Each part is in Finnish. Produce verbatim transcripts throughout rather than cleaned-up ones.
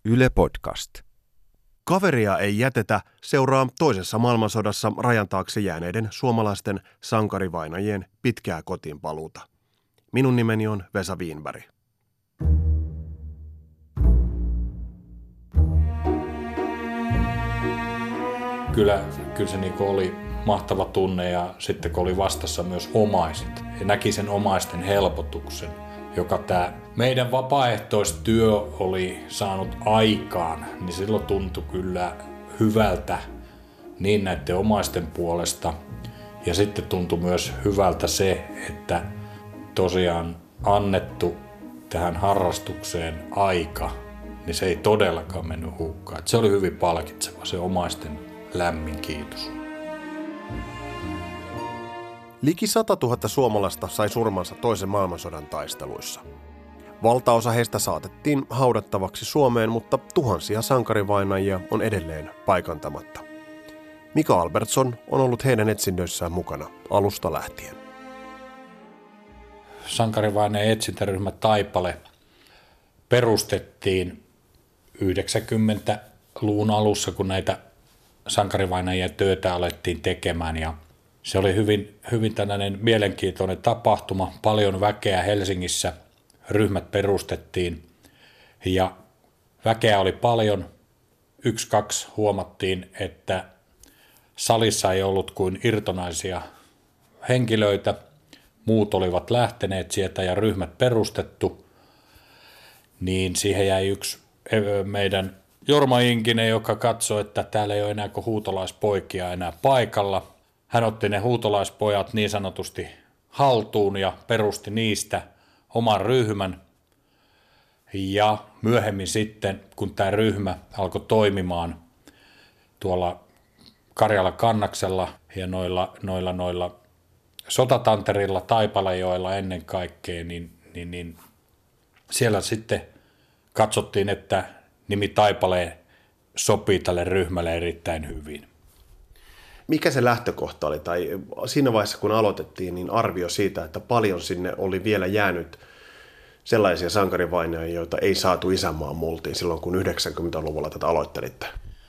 Yle Podcast. Kaveria ei jätetä seuraa toisessa maailmansodassa rajan taakse jääneiden suomalaisten sankarivainajien pitkää kotiinpaluuta. Minun nimeni on Vesa Wienberg. Kyllä, kyllä se niin oli mahtava tunne ja sitten kun oli vastassa myös omaiset ja näki sen omaisten helpotuksen, joka tämä meidän vapaaehtoistyö oli saanut aikaan, niin silloin tuntui kyllä hyvältä niin näiden omaisten puolesta. Ja sitten tuntui myös hyvältä se, että tosiaan annettu tähän harrastukseen aika, niin se ei todellakaan mennyt hukkaan. Se oli hyvin palkitseva, se omaisten lämmin kiitos. Liki satatuhatta suomalaista sai surmansa toisen maailmansodan taisteluissa. Valtaosa heistä saatettiin haudattavaksi Suomeen, mutta tuhansia sankarivainajia on edelleen paikantamatta. Mika Albertsson on ollut heidän etsinnöissään mukana alusta lähtien. Sankarivainajien etsintäryhmä Taipale perustettiin yhdeksänkymmentäluvun alussa, kun näitä sankarivainajien töitä alettiin tekemään, ja se oli hyvin, hyvin tällainen mielenkiintoinen tapahtuma, paljon väkeä Helsingissä, ryhmät perustettiin ja väkeä oli paljon. Yksi, kaksi huomattiin, että salissa ei ollut kuin irtonaisia henkilöitä, muut olivat lähteneet sieltä ja ryhmät perustettu, niin siihen jäi yksi meidän Jorma Inkinen, joka katsoi, että täällä ei ole enää kuin huutolaispoikia enää paikalla. Hän otti ne huutolaispojat niin sanotusti haltuun ja perusti niistä oman ryhmän. Ja myöhemmin sitten, kun tämä ryhmä alkoi toimimaan tuolla Karjala-Kannaksella ja noilla, noilla, noilla sotatanterilla, Taipalejoilla ennen kaikkea, niin, niin, niin siellä sitten katsottiin, että nimi Taipale sopii tälle ryhmälle erittäin hyvin. Mikä se lähtökohta oli, tai siinä vaiheessa kun aloitettiin, niin arvio siitä, että paljon sinne oli vielä jäänyt sellaisia sankarivainajia, joita ei saatu isänmaan multiin silloin, kun yhdeksänkymmentäluvulla tätä aloittelitte?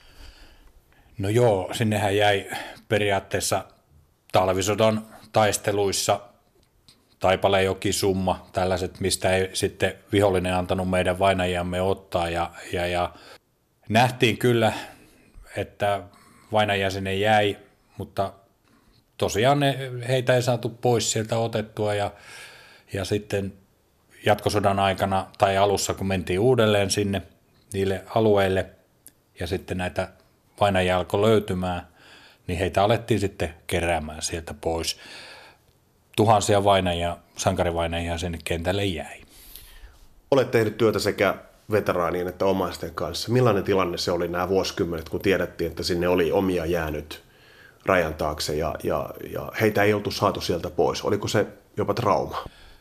No joo, sinnehän jäi periaatteessa talvisodan taisteluissa Taipalejoki, Summa, tällaiset, mistä ei sitten vihollinen antanut meidän vainajiamme ottaa, ja, ja, ja nähtiin kyllä, että vainajia sinne jäi, mutta tosiaan ne, heitä ei saatu pois sieltä otettua, ja, ja sitten jatkosodan aikana tai alussa, kun mentiin uudelleen sinne niille alueille ja sitten näitä vainajia alkoi löytymään, niin heitä alettiin sitten keräämään sieltä pois. Tuhansia vainajia, sankarivainajia sinne kentälle jäi. Olet tehnyt työtä sekä veteraanien että omaisten kanssa. Millainen tilanne se oli nämä vuosikymmenet, kun tiedettiin, että sinne oli omia jäänyt rajan taakse ja, ja, ja heitä ei oltu saatu sieltä pois? Oliko se jopa trauma?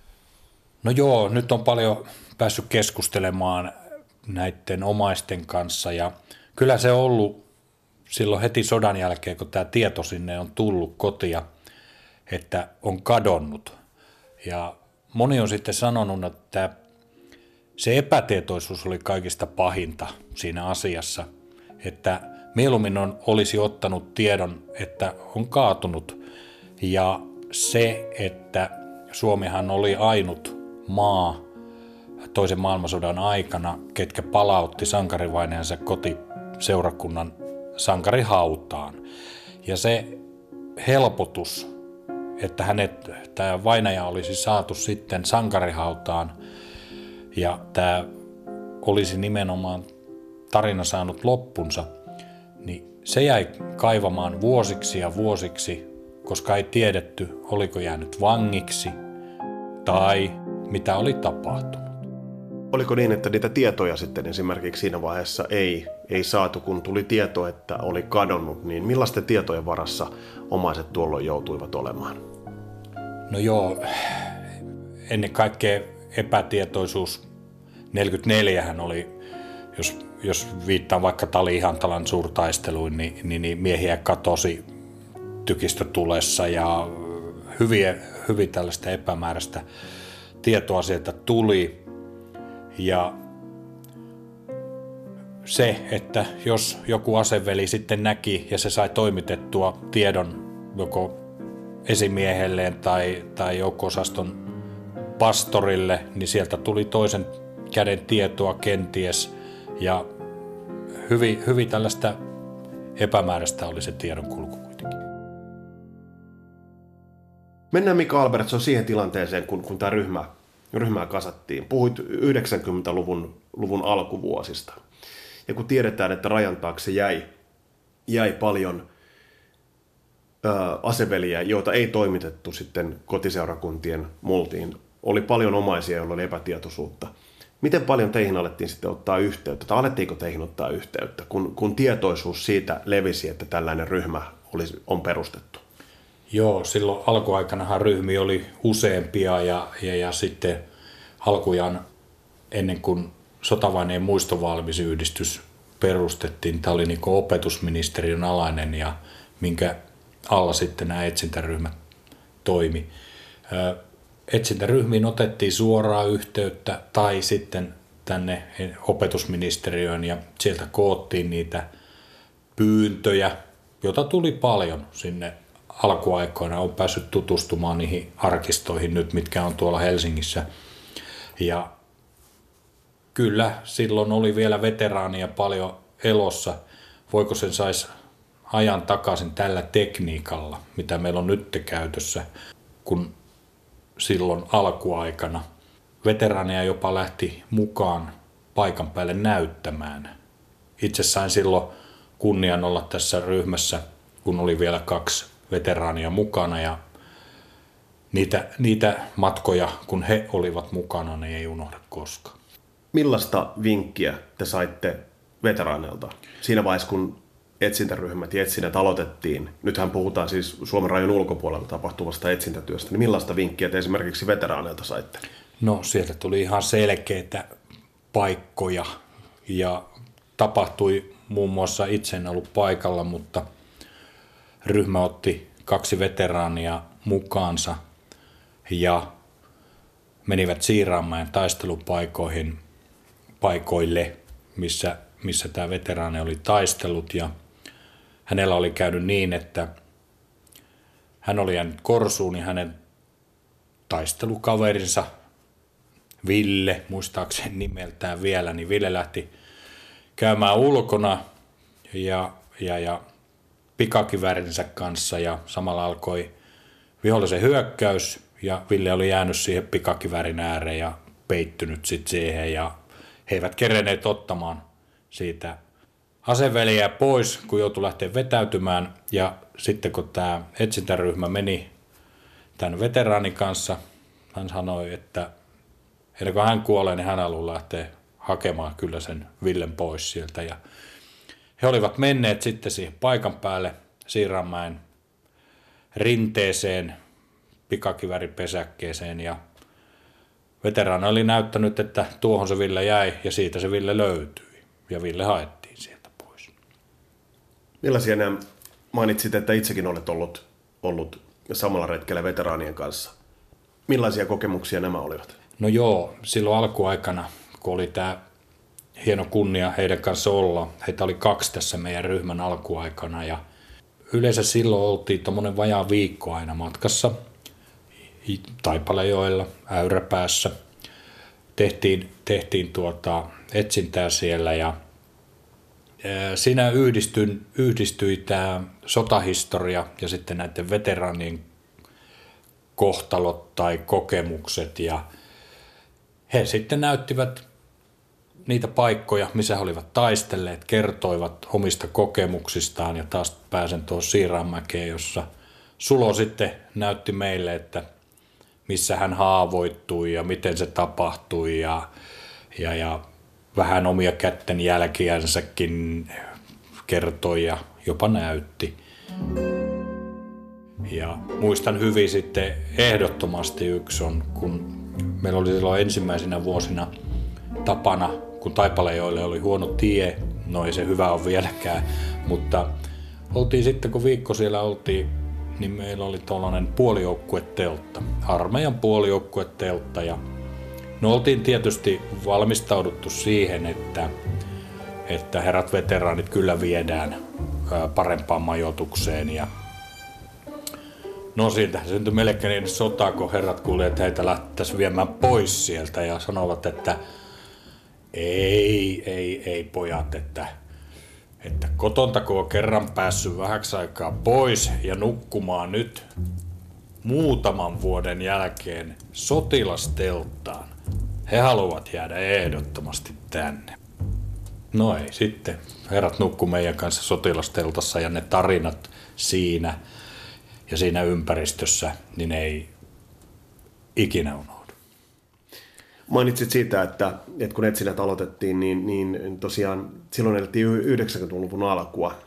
No joo, nyt on paljon päässyt keskustelemaan näiden omaisten kanssa, ja kyllä se on ollut silloin heti sodan jälkeen, kun tämä tieto sinne on tullut kotia, että on kadonnut. Ja moni on sitten sanonut, että se epätietoisuus oli kaikista pahinta siinä asiassa, että mieluummin on, olisi ottanut tiedon, että on kaatunut, ja se, että Suomihan oli ainut maa toisen maailmansodan aikana, ketkä palautti sankarivainajansa kotiseurakunnan sankarihautaan. Ja se helpotus, että hänet, tämä vainaja olisi saatu sitten sankarihautaan ja tämä olisi nimenomaan tarina saanut loppunsa, niin se jäi kaivamaan vuosiksi ja vuosiksi, koska ei tiedetty, oliko jäänyt vangiksi tai mitä oli tapahtunut. Oliko niin, että niitä tietoja sitten esimerkiksi siinä vaiheessa ei, ei saatu, kun tuli tieto, että oli kadonnut, niin millaisten tietojen varassa omaiset tuolloin joutuivat olemaan? No joo, ennen kaikkea epätietoisuus. neljäkymmentäneljä oli, jos, jos viittaan vaikka Tali-Ihantalan suurtaisteluun, niin, niin, niin miehiä katosi tykistötulessa ja hyvin, hyvin tällaista epämääräistä tietoa sieltä tuli. Ja se, että jos joku aseveli sitten näki ja se sai toimitettua tiedon joko esimiehelleen tai, tai joukko-osaston pastorille, niin sieltä tuli toisen käden tietoa kenties ja hyvin, hyvin tällaista epämääräistä oli se tiedonkulku kuitenkin. Mennään Mika Albertsson siihen tilanteeseen, kun, kun tämä ryhmä, ryhmää kasattiin. Puhuit yhdeksänkymmentäluvun luvun alkuvuosista. Ja kun tiedetään, että rajan taakse jäi, jäi paljon ää, aseveliä, joita ei toimitettu sitten kotiseurakuntien multiin, oli paljon omaisia, joilla oli epätietoisuutta. Miten paljon teihin alettiin sitten ottaa yhteyttä, tai alettiinko teihin ottaa yhteyttä, kun, kun tietoisuus siitä levisi, että tällainen ryhmä olisi, on perustettu? Joo, silloin alkuaikanahan ryhmiä oli useampia ja, ja, ja sitten alkujaan ennen kuin Sotavaineen muistovalmisyhdistys perustettiin, tämä oli niin kuin opetusministeriön alainen ja minkä alla sitten nämä etsintäryhmät toimi. Etsintäryhmiin otettiin suoraan yhteyttä tai sitten tänne opetusministeriöön ja sieltä koottiin niitä pyyntöjä, joita tuli paljon sinne alkuaikoina. Olen päässyt tutustumaan niihin arkistoihin nyt, mitkä on tuolla Helsingissä. Ja kyllä, silloin oli vielä veteraania paljon elossa. Voiko sen saisi ajan takaisin tällä tekniikalla, mitä meillä on nyt käytössä, kun silloin alkuaikana veteraaneja jopa lähti mukaan paikan päälle näyttämään. Itse sain silloin kunnian olla tässä ryhmässä, kun oli vielä kaksi veteraania mukana ja niitä, niitä matkoja, kun he olivat mukana, niin ei unohda koskaan. Millaista vinkkiä te saitte veteraaneilta siinä vaiheessa, kun etsintäryhmät ja etsinnät aloitettiin? Nythän puhutaan siis Suomen rajan ulkopuolella tapahtuvasta etsintätyöstä. Niin millaista vinkkiä te esimerkiksi veteraaneilta saitte? No sieltä tuli ihan selkeitä paikkoja ja tapahtui muun muassa, itse en ollut paikalla, mutta ryhmä otti kaksi veteraania mukaansa ja menivät Siiraanmäen taistelupaikoihin paikoille, missä, missä tämä veteraani oli taistellut ja hänellä oli käynyt niin, että hän oli jäänyt korsuun, niin hänen taistelukaverinsa Ville, muistaakseni nimeltään vielä, niin Ville lähti käymään ulkona ja, ja, ja pikakiväärinsä kanssa ja samalla alkoi vihollisen hyökkäys ja Ville oli jäänyt siihen pikakiväärin ääreen ja peittynyt sitten siihen ja he eivät kerenneet ottamaan siitä aseveliä pois, kun joutui lähteä vetäytymään ja sitten kun tämä etsintäryhmä meni tämän veteraanin kanssa, hän sanoi, että ennen kuin hän kuolee, niin hän haluaa lähteä hakemaan kyllä sen Villen pois sieltä ja he olivat menneet sitten siihen paikan päälle Siiraanmäen rinteeseen, pikakiväripesäkkeeseen ja veteraani oli näyttänyt, että tuohon se Ville jäi ja siitä se Ville löytyi ja Ville haettiin sieltä pois. Millaisia nämä mainitsit, että itsekin olet ollut, ollut samalla retkellä veteraanien kanssa. Millaisia kokemuksia nämä olivat? No joo, silloin alkuaikana, kun oli tämä hieno kunnia heidän kanssa olla, heitä oli kaksi tässä meidän ryhmän alkuaikana ja yleensä silloin oltiin tommonen vajaa viikko aina matkassa Taipalejoella, Äyräpäässä. Tehtiin, tehtiin tuota etsintää siellä ja siinä yhdistyi, yhdistyi tämä sotahistoria ja sitten näiden veteraanien kohtalot tai kokemukset ja he sitten näyttivät niitä paikkoja, missä he olivat taistelleet, kertoivat omista kokemuksistaan ja taas pääsen tuohon Siiraanmäkeen, jossa Sulo sitten näytti meille, että missä hän haavoittui ja miten se tapahtui ja, ja, ja vähän omia kätten jälkiänsäkin kertoi ja jopa näytti. Ja muistan hyvin sitten ehdottomasti yksi on, kun meillä oli silloin ensimmäisenä vuosina tapana, kun Taipalejoille oli huono tie, no ei se hyvä ole vieläkään, mutta oltiin sitten kun viikko siellä oltiin, niin meillä oli tuollainen puolijoukkueteltta, armeijan puolijoukkueteltta ja no oltiin tietysti valmistauduttu siihen, että että herrat veteraanit kyllä viedään parempaan majoitukseen. Ja no siitä syntyi melkein niin sotaa, kun herrat kuulivat, että heitä lähdettäisiin viemään pois sieltä ja sanovat, että ei, ei, ei pojat, että, että kotonta kun on kerran päässyt vähäksi aikaa pois ja nukkumaan nyt muutaman vuoden jälkeen sotilastelttaan. He haluavat jäädä ehdottomasti tänne. No ei, sitten herrat nukku meidän kanssa sotilasteltassa ja ne tarinat siinä ja siinä ympäristössä, niin ei ikinä unohdu. Mainitsit siitä, että, että kun etsinnät aloitettiin, niin, niin tosiaan silloin elettiin yhdeksänkymmentäluvun alkua.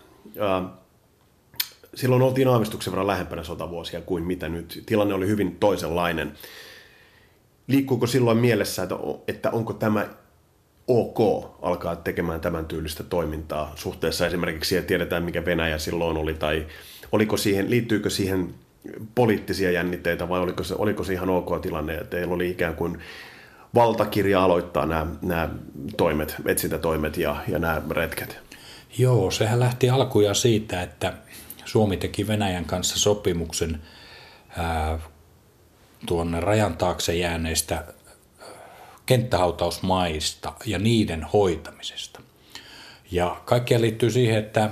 Silloin oltiin aavistuksen verran lähempänä sotavuosia kuin mitä nyt. Tilanne oli hyvin toisenlainen. Liikkuuko silloin mielessä, että, että onko tämä ok alkaa tekemään tämän tyylistä toimintaa suhteessa esimerkiksi siihen, että tiedetään mikä Venäjä silloin oli, tai oliko siihen, liittyykö siihen poliittisia jännitteitä vai oliko se, oliko se ihan ok tilanne, että teillä oli ikään kuin valtakirja aloittaa nämä, nämä toimet, etsintätoimet ja, ja nämä retket? Joo, sehän lähti alkuja siitä, että Suomi teki Venäjän kanssa sopimuksen ää, tuonne rajan taakse jääneistä kenttähautausmaista ja niiden hoitamisesta. Ja kaikkea liittyy siihen, että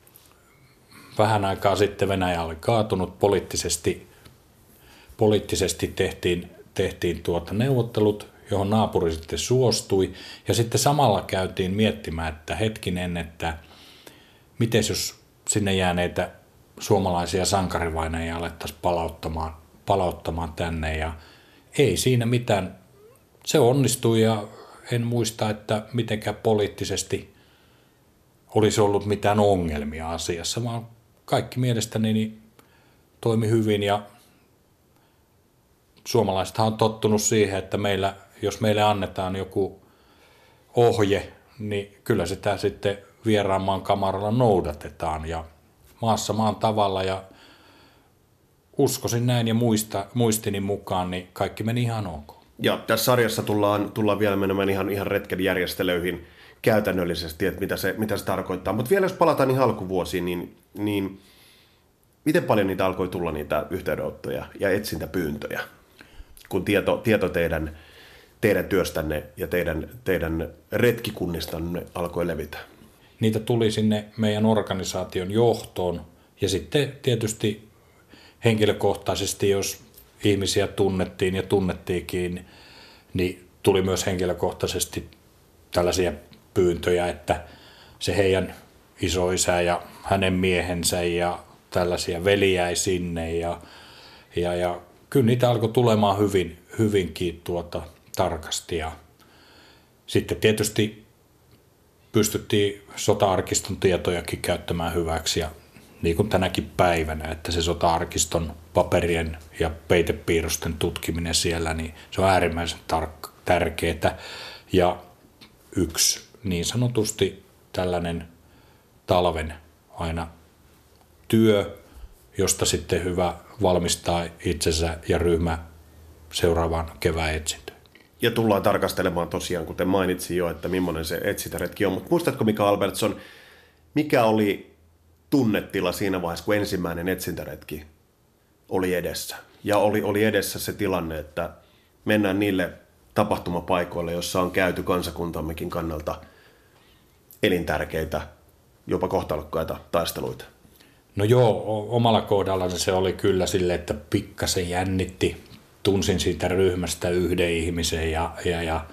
vähän aikaa sitten Venäjä oli kaatunut poliittisesti, poliittisesti tehtiin, tehtiin tuota neuvottelut, johon naapuri sitten suostui. Ja sitten samalla käytiin miettimään, että hetkinen, että miten jos sinne jääneitä suomalaisia sankarivainajia alettaisiin palauttamaan, palauttamaan tänne. Ja ei siinä mitään. Se onnistui ja en muista, että mitenkään poliittisesti olisi ollut mitään ongelmia asiassa, vaan kaikki mielestäni niin toimi hyvin ja suomalaisethan on tottunut siihen, että meillä, jos meille annetaan joku ohje, niin kyllä sitä sitten vieraan maan kamaralla noudatetaan ja maassa maan tavalla ja uskoisin näin ja muista, muistini mukaan, niin kaikki meni ihan ok. Ja tässä sarjassa tullaan, tullaan vielä menemään ihan, ihan retken järjestelyihin käytännöllisesti, että mitä se, mitä se tarkoittaa. Mutta vielä jos palataan niin alkuvuosiin, niin, niin miten paljon niitä alkoi tulla niitä yhteydenottoja ja etsintäpyyntöjä, kun tieto, tieto teidän, teidän työstänne ja teidän, teidän retkikunnistanne alkoi levitä? Niitä tuli sinne meidän organisaation johtoon ja sitten tietysti henkilökohtaisesti, jos ihmisiä tunnettiin ja tunnettiinkin, niin tuli myös henkilökohtaisesti tällaisia pyyntöjä, että se heidän isoisä ja hänen miehensä ja tällaisia veli jäi sinne ja, ja, ja kyllä niitä alkoi tulemaan hyvin, hyvinkin tuota, tarkasti ja sitten tietysti pystyttiin sota-arkiston tietojakin käyttämään hyväksi ja niin kuin tänäkin päivänä, että se sota-arkiston paperien ja peitepiirrosten tutkiminen siellä, niin se on äärimmäisen tark- tärkeää. Ja yksi niin sanotusti tällainen talven aina työ, josta sitten hyvä valmistaa itsensä ja ryhmä seuraavaan kevään etsintöön. Ja tullaan tarkastelemaan tosiaan, kuten mainitsin jo, että millainen se etsintäretki on. Mutta muistatko, Mika Albertsson, mikä oli tunnetila siinä vaiheessa, kun ensimmäinen etsintäretki oli edessä? Ja oli, oli edessä se tilanne, että mennään niille tapahtumapaikoille, jossa on käyty kansakuntammekin kannalta elintärkeitä, jopa kohtalokkaita taisteluita. No joo, omalla kohdalla se oli kyllä sille, että pikkasen jännitti. Tunsin siitä ryhmästä yhden ihmisen ja, ja, ja,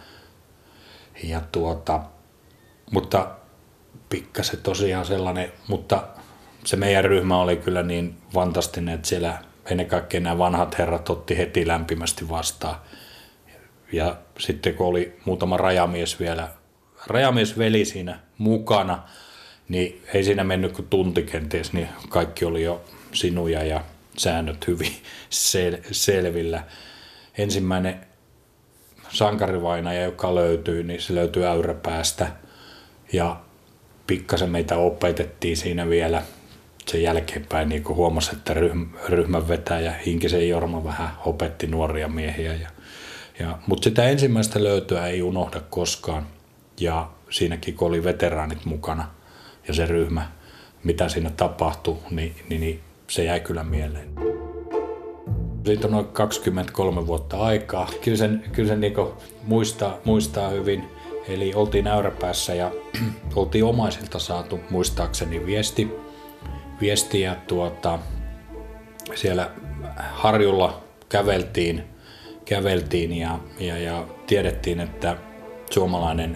ja tuota, mutta pikkasen tosiaan sellainen, mutta se meidän ryhmä oli kyllä niin fantastinen, että siellä ennen kaikkea nämä vanhat herrat otti heti lämpimästi vastaan. Ja sitten kun oli muutama rajamies vielä, rajamiesveli siinä mukana, niin ei siinä mennyt kuin tunti kenties, niin kaikki oli jo sinuja ja säännöt hyvin sel- selvillä. Ensimmäinen sankarivainaja, joka löytyi, niin se löytyi Äyräpäästä ja pikkasen meitä opetettiin siinä vielä sen jälkeenpäin, niin kuin huomasi, että ryhmän vetäjä Hinkisen Jorma vähän opetti nuoria miehiä. Ja, ja, mutta sitä ensimmäistä löytöä ei unohda koskaan ja siinäkin kun oli veteraanit mukana ja se ryhmä, mitä siinä tapahtui, niin, niin, niin se jäi kyllä mieleen. Siitä on noin kaksikymmentäkolme vuotta aikaa. Kyllä sen, kyllä sen niin muistaa, muistaa hyvin. Eli oltiin Äyräpäässä ja oltiin omaisilta saatu muistaakseni viesti. viesti ja tuota, siellä harjulla käveltiin, käveltiin ja, ja, ja tiedettiin, että suomalainen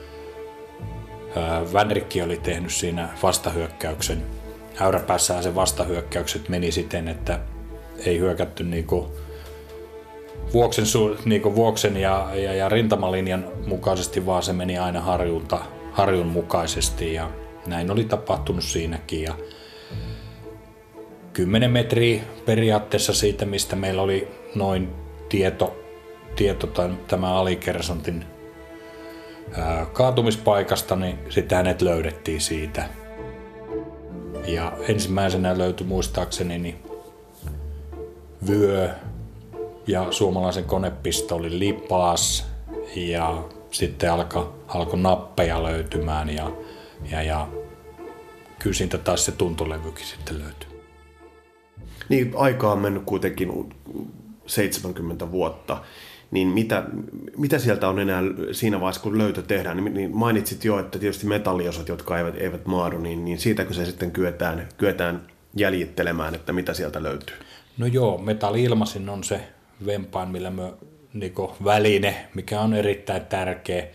ää, Vänrikki oli tehnyt siinä vastahyökkäyksen. Äyräpäässähän se vastahyökkäykset meni siten, että ei hyökätty niinku vuoksen, niinku vuoksen ja, ja, ja rintamalinjan mukaisesti, vaan se meni aina harjunta, harjun mukaisesti ja näin oli tapahtunut siinäkin. Ja kymmenen metriä periaatteessa siitä, mistä meillä oli noin tieto, tieto tämän alikersantin ää, kaatumispaikasta, niin sitten hänet löydettiin siitä. Ja ensimmäisenä löytyi muistaakseni niin vyö ja suomalaisen konepistoolin lipas ja sitten alkoi alko nappeja löytymään ja, ja, ja kyllä siitä taas se tuntolevykin sitten löytyi. Niin, aikaa on mennyt kuitenkin seitsemänkymmentä vuotta, niin mitä, mitä sieltä on enää siinä vaiheessa, kun löytö tehdään, niin, niin mainitsit jo, että tietysti metalliosat, jotka eivät, eivät maadu, niin, niin siitäkö se sitten kyetään, kyetään jäljittelemään, että mitä sieltä löytyy? No joo, metalli-ilmasin on se vempain, millä me niinku väline, mikä on erittäin tärkeä.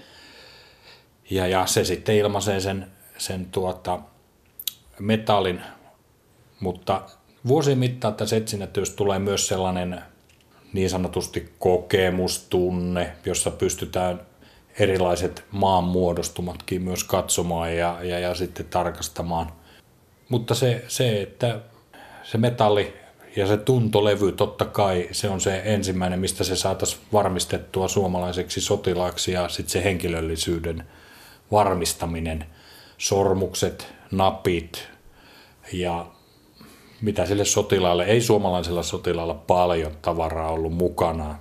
Ja, ja se sitten ilmaisee sen, sen tuota, metallin, mutta vuosien mittaan tässä etsinnätyössä tulee myös sellainen niin sanotusti kokemustunne, jossa pystytään erilaiset maanmuodostumatkin myös katsomaan ja, ja, ja sitten tarkastamaan. Mutta se, se, että se metalli ja se tuntolevy, totta kai se on se ensimmäinen, mistä se saataisiin varmistettua suomalaiseksi sotilaaksi ja sitten se henkilöllisyyden varmistaminen, sormukset, napit ja mitä sille sotilaalle, ei suomalaisella sotilaalla paljon tavaraa ollut mukana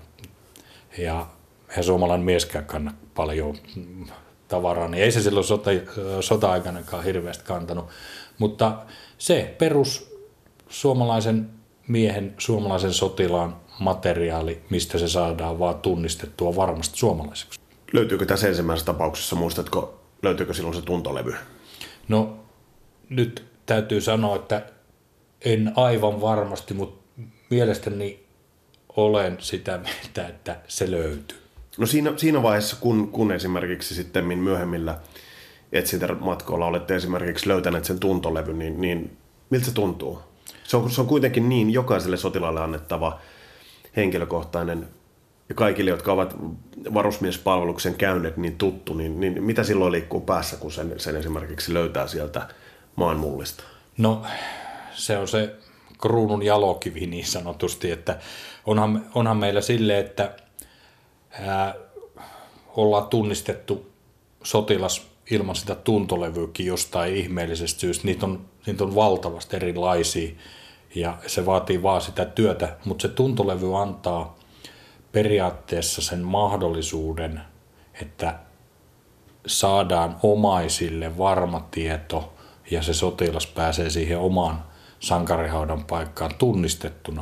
ja eihän suomalainen mieskään kanna paljon tavaraa, niin ei se silloin sota, sota-aikanakaan hirveästi kantanut, mutta se perus suomalaisen miehen, suomalaisen sotilaan materiaali, mistä se saadaan vaan tunnistettua varmasti suomalaiseksi. Löytyykö tässä ensimmäisessä tapauksessa, muistatko, löytyykö silloin se tuntolevy? No nyt täytyy sanoa, että en aivan varmasti, mutta mielestäni olen sitä mieltä, että se löytyy. No siinä, siinä vaiheessa, kun, kun esimerkiksi sitten myöhemmillä etsintämatkoilla olette esimerkiksi löytäneet sen tuntolevyn, niin, niin miltä se tuntuu? Se on, se on kuitenkin niin jokaiselle sotilaalle annettava henkilökohtainen ja kaikille, jotka ovat varusmiespalveluksen käyneet niin tuttu, niin, niin mitä silloin liikkuu päässä, kun sen, sen esimerkiksi löytää sieltä maanmullista? No se on se kruunun jalokivi niin sanotusti, että onhan, onhan meillä silleen, että ää, ollaan tunnistettu sotilas ilman sitä tuntolevyäkin jostain ihmeellisestä syystä. Niitä on, niitä on valtavasti erilaisia ja se vaatii vaan sitä työtä, mutta se tuntolevy antaa periaatteessa sen mahdollisuuden, että saadaan omaisille varma tieto ja se sotilas pääsee siihen omaan sankarihaudan paikkaan tunnistettuna.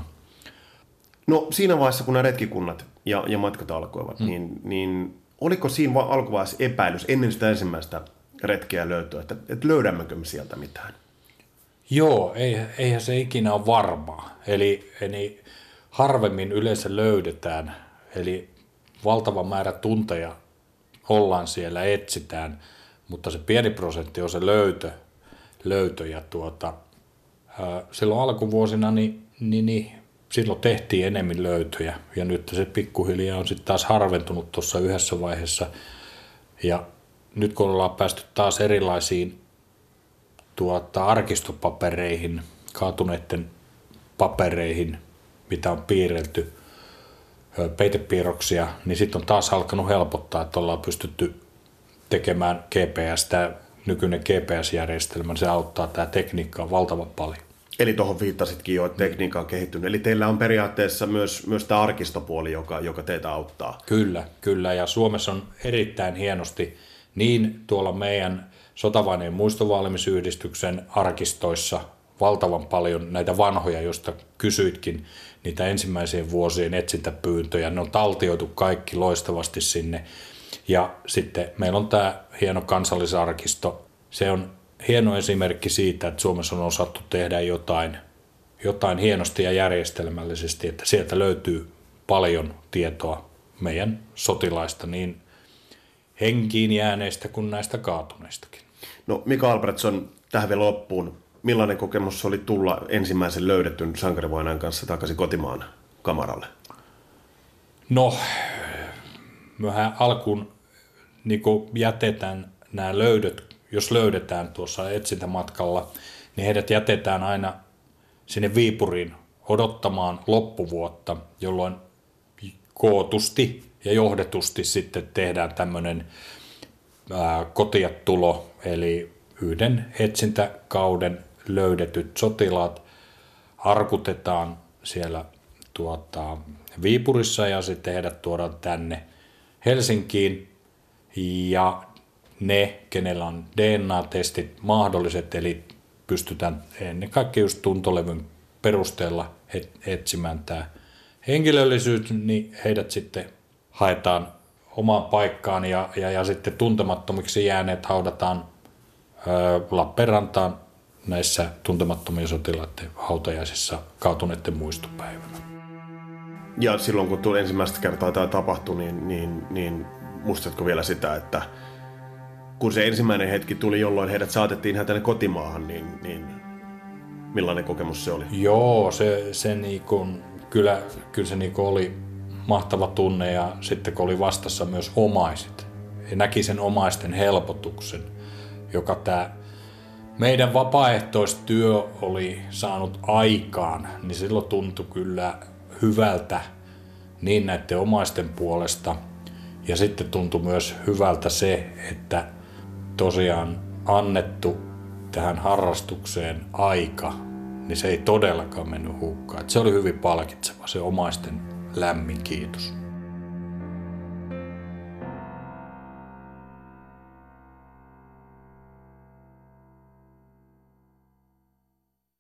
No siinä vaiheessa, kun nämä retkikunnat ja, ja matkat alkoivat, mm. niin, niin oliko siinä alkuvaiheessa epäilys ennen sitä ensimmäistä retkeä löytöä, että, että löydämmekö me sieltä mitään? Joo, ei, eihän se ikinä ole varmaa. Eli, eli harvemmin yleensä löydetään, eli valtava määrä tunteja ollaan siellä, etsitään, mutta se pieni prosentti on se löytö, löytö ja tuota, ää, silloin alkuvuosina niin, niin, niin silloin tehtiin enemmän löytöjä ja nyt se pikkuhiljaa on sitten taas harventunut tuossa yhdessä vaiheessa ja nyt kun ollaan päästy taas erilaisiin tuota, arkistopapereihin, kaatuneiden papereihin, mitä on piirrelty, peitepiirroksia, niin sitten on taas alkanut helpottaa, että ollaan pystytty tekemään G P S, tämä nykyinen G P S-järjestelmä, se auttaa tämä tekniikkaa valtavan paljon. Eli tuohon viittasitkin jo, että tekniikka on kehittynyt. Eli teillä on periaatteessa myös, myös tämä arkistopuoli, joka, joka teitä auttaa. Kyllä, kyllä. Ja Suomessa on erittäin hienosti niin tuolla meidän Sotavainien muistovalmisyhdistyksen arkistoissa valtavan paljon näitä vanhoja, joista kysyitkin, niitä ensimmäisien vuosien etsintäpyyntöjä. Ne on taltioitu kaikki loistavasti sinne. Ja sitten meillä on tämä hieno kansallisarkisto. Se on hieno esimerkki siitä, että Suomessa on osattu tehdä jotain, jotain hienosti ja järjestelmällisesti, että sieltä löytyy paljon tietoa meidän sotilaista, niin henkiin jääneistä kuin näistä kaatuneistakin. No Mika Albertsson, tähän vielä loppuun. Millainen kokemus oli tulla ensimmäisen löydetyn sankarivainajan kanssa takaisin kotimaan kamaralle? No, mehän alkuun niin kun jätetään nämä löydöt, jos löydetään tuossa etsintämatkalla, niin heidät jätetään aina sinne Viipuriin odottamaan loppuvuotta, jolloin kootusti ja johdetusti sitten tehdään tämmöinen kotiatulo, eli yhden etsintäkauden löydetyt sotilaat arkutetaan siellä tuota, Viipurissa ja sitten heidät tuodaan tänne Helsinkiin ja ne, kenellä on D N A-testit mahdolliset, eli pystytään ennen kaikkea just tuntolevyn perusteella etsimään tämä henkilöllisyys, niin heidät sitten haetaan omaan paikkaan ja, ja, ja sitten tuntemattomiksi jääneet haudataan ö, Lappeenrantaan näissä tuntemattomien sotilaiden hautajaisissa kaatuneiden muistopäivänä. Ja silloin kun tuli ensimmäistä kertaa tämä tapahtui, niin, niin, niin muistatko vielä sitä, että kun se ensimmäinen hetki tuli, jolloin heidät saatettiin ihan tänne kotimaahan, niin, niin millainen kokemus se oli? Joo, se, se niinku, kyllä, kyllä se niinku oli mahtava tunne ja sitten kun oli vastassa myös omaiset ja näki sen omaisten helpotuksen, joka tämä meidän vapaaehtoistyö oli saanut aikaan, niin silloin tuntui kyllä hyvältä niin näiden omaisten puolesta ja sitten tuntui myös hyvältä se, että tosiaan annettu tähän harrastukseen aika, niin se ei todellakaan mennyt hukkaan. Se oli hyvin palkitseva, se omaisten lämmin kiitos.